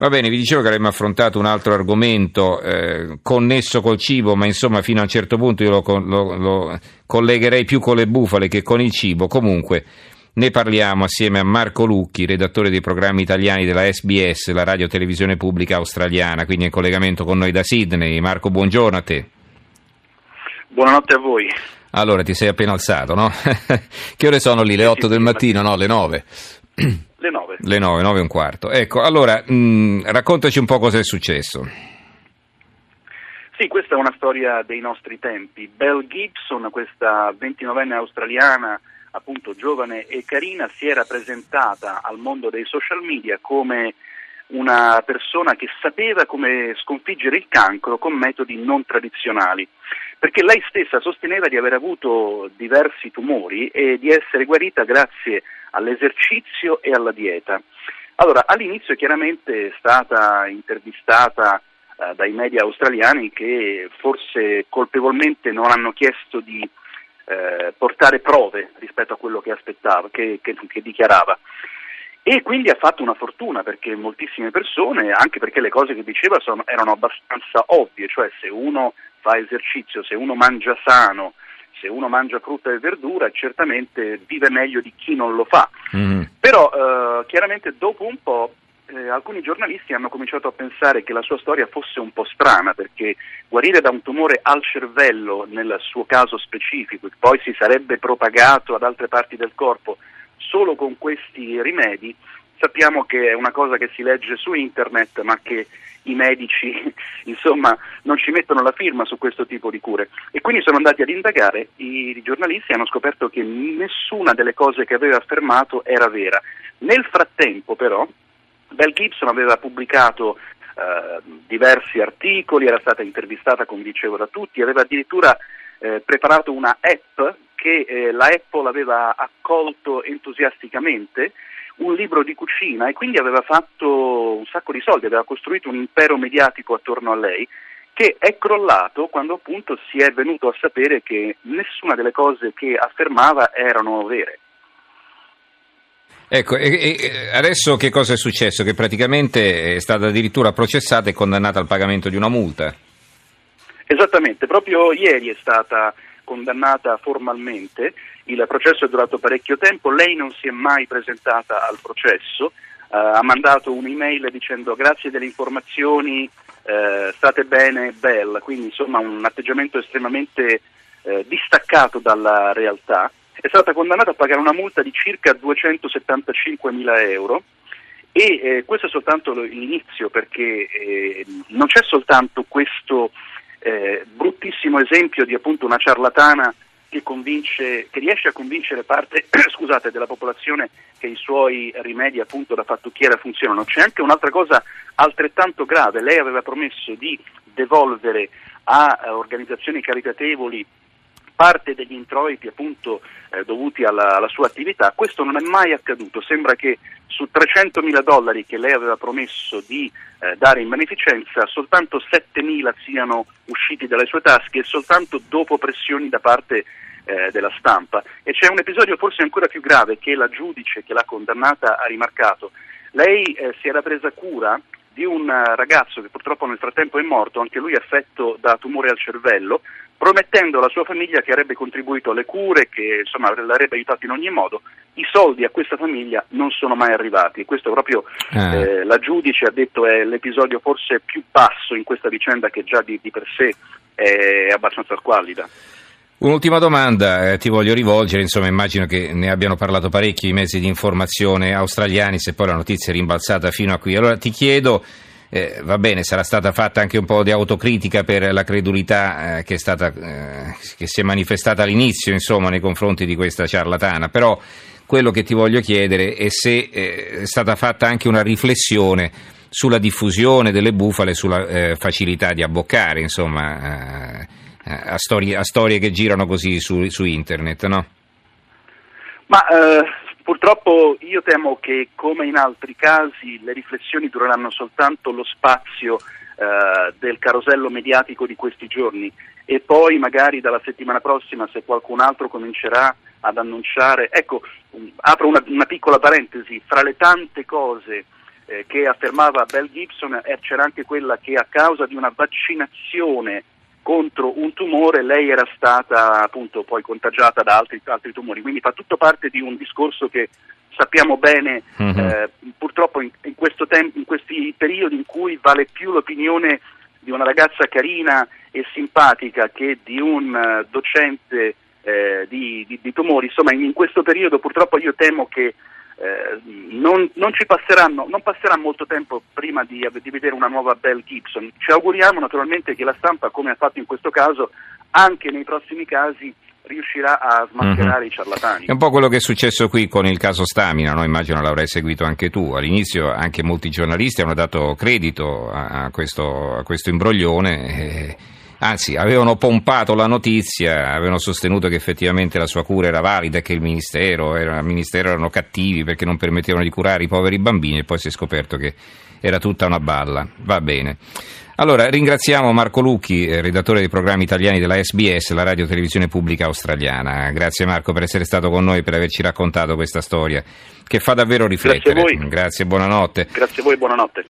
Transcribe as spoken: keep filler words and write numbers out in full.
Va bene, vi dicevo che avremmo affrontato un altro argomento eh, connesso col cibo, ma insomma fino a un certo punto io lo, lo, lo collegherei più con le bufale che con il cibo. Comunque ne parliamo assieme a Marco Lucchi, redattore dei programmi italiani della S B S, la radio televisione pubblica australiana, quindi in collegamento con noi da Sydney. Marco, buongiorno a te. Buonanotte a voi. Allora, ti sei appena alzato, no? Che ore sono lì? Le otto del mattino? No, le nove? Le nove. Le nove, nove e un quarto. Ecco, allora, mh, raccontaci un po' cosa è successo. Sì, questa è una storia dei nostri tempi. Belle Gibson, questa ventinovenne australiana, appunto giovane e carina, si era presentata al mondo dei social media come una persona che sapeva come sconfiggere il cancro con metodi non tradizionali, perché lei stessa sosteneva di aver avuto diversi tumori e di essere guarita grazie all'esercizio e alla dieta. Allora, all'inizio chiaramente è stata intervistata eh, dai media australiani che forse colpevolmente non hanno chiesto di eh, portare prove rispetto a quello che aspettava, che, che, che dichiarava. E quindi ha fatto una fortuna, perché moltissime persone, anche perché le cose che diceva sono, erano abbastanza ovvie, cioè se uno fa esercizio, se uno mangia sano, se uno mangia frutta e verdura, certamente vive meglio di chi non lo fa. Mm. Però eh, chiaramente dopo un po' eh, alcuni giornalisti hanno cominciato a pensare che la sua storia fosse un po' strana, perché guarire da un tumore al cervello, nel suo caso specifico, che poi si sarebbe propagato ad altre parti del corpo, solo con questi rimedi, sappiamo che è una cosa che si legge su internet, ma che i medici insomma non ci mettono la firma su questo tipo di cure. E quindi sono andati ad indagare, i giornalisti hanno scoperto che nessuna delle cose che aveva affermato era vera. Nel frattempo però Belle Gibson aveva pubblicato eh, diversi articoli, era stata intervistata, come dicevo, da tutti, aveva addirittura eh, preparato una app che eh, la Apple aveva accolto entusiasticamente, un libro di cucina, e quindi aveva fatto un sacco di soldi, aveva costruito un impero mediatico attorno a lei, che è crollato quando appunto si è venuto a sapere che nessuna delle cose che affermava erano vere. Ecco, e, e adesso che cosa è successo? Che praticamente è stata addirittura processata e condannata al pagamento di una multa. Esattamente, proprio ieri è stata condannata formalmente, il processo è durato parecchio tempo, lei non si è mai presentata al processo, eh, ha mandato un'email dicendo grazie delle informazioni, eh, state bene, Belle, quindi insomma un atteggiamento estremamente eh, distaccato dalla realtà. È stata condannata a pagare una multa di circa duecentosettantacinquemila euro e eh, questo è soltanto l'inizio, perché eh, non c'è soltanto questo Eh, bruttissimo esempio di appunto una ciarlatana che convince, che riesce a convincere parte scusate, della popolazione che i suoi rimedi appunto da fattucchiera funzionano. C'è anche un'altra cosa altrettanto grave: lei aveva promesso di devolvere a, a organizzazioni caritatevoli parte degli introiti appunto eh, dovuti alla, alla sua attività. Questo non è mai accaduto. Sembra che su trecentomila dollari che lei aveva promesso di eh, dare in beneficenza, soltanto settemila siano usciti dalle sue tasche, e soltanto dopo pressioni da parte eh, della stampa. E c'è un episodio forse ancora più grave che la giudice che l'ha condannata ha rimarcato. Lei eh, si era presa cura di un ragazzo che purtroppo nel frattempo è morto, anche lui affetto da tumore al cervello, promettendo alla sua famiglia che avrebbe contribuito alle cure, che insomma l'avrebbe aiutato in ogni modo. I soldi a questa famiglia non sono mai arrivati. Questo proprio ah. eh, la giudice ha detto è l'episodio forse più basso in questa vicenda, che già di, di per sé è abbastanza squallida. Un'ultima domanda eh, ti voglio rivolgere, insomma immagino che ne abbiano parlato parecchi i mezzi di informazione australiani, se poi la notizia è rimbalzata fino a qui. Allora ti chiedo, eh, va bene, sarà stata fatta anche un po' di autocritica per la credulità eh, che è stata eh, che si è manifestata all'inizio, insomma, nei confronti di questa ciarlatana, però quello che ti voglio chiedere è se eh, è stata fatta anche una riflessione sulla diffusione delle bufale, sulla eh, facilità di abboccare, insomma, eh, A storie, a storie che girano così su, su internet, no? Ma eh, purtroppo io temo che, come in altri casi, le riflessioni dureranno soltanto lo spazio eh, del carosello mediatico di questi giorni, e poi magari dalla settimana prossima, se qualcun altro comincerà ad annunciare, ecco, apro una, una piccola parentesi, fra le tante cose eh, che affermava Belle Gibson, eh, c'era anche quella che a causa di una vaccinazione contro un tumore lei era stata appunto poi contagiata da altri, altri tumori, quindi fa tutto parte di un discorso che sappiamo bene, mm-hmm. eh, purtroppo in, in, questo tempo, in questi periodi in cui vale più l'opinione di una ragazza carina e simpatica che di un uh, docente eh, di, di, di tumori, insomma in, in questo periodo purtroppo io temo che Eh, non, non ci passeranno, non passerà molto tempo prima di, di vedere una nuova Belle Gibson. Ci auguriamo naturalmente che la stampa, come ha fatto in questo caso, anche nei prossimi casi riuscirà a smascherare mm-hmm. i ciarlatani. È un po' quello che è successo qui con il caso Stamina, no? Immagino l'avrai seguito anche tu. All'inizio anche molti giornalisti hanno dato credito a, a, questo, a questo imbroglione. Eh, Anzi, avevano pompato la notizia, avevano sostenuto che effettivamente la sua cura era valida e che il ministero, era, il ministero erano cattivi perché non permettevano di curare i poveri bambini, e poi si è scoperto che era tutta una balla. Va bene. Allora, ringraziamo Marco Lucchi, redattore dei programmi italiani della S B S, la radio televisione pubblica australiana. Grazie Marco per essere stato con noi e per averci raccontato questa storia che fa davvero riflettere. Grazie a voi. Grazie, buonanotte. Grazie a voi, buonanotte.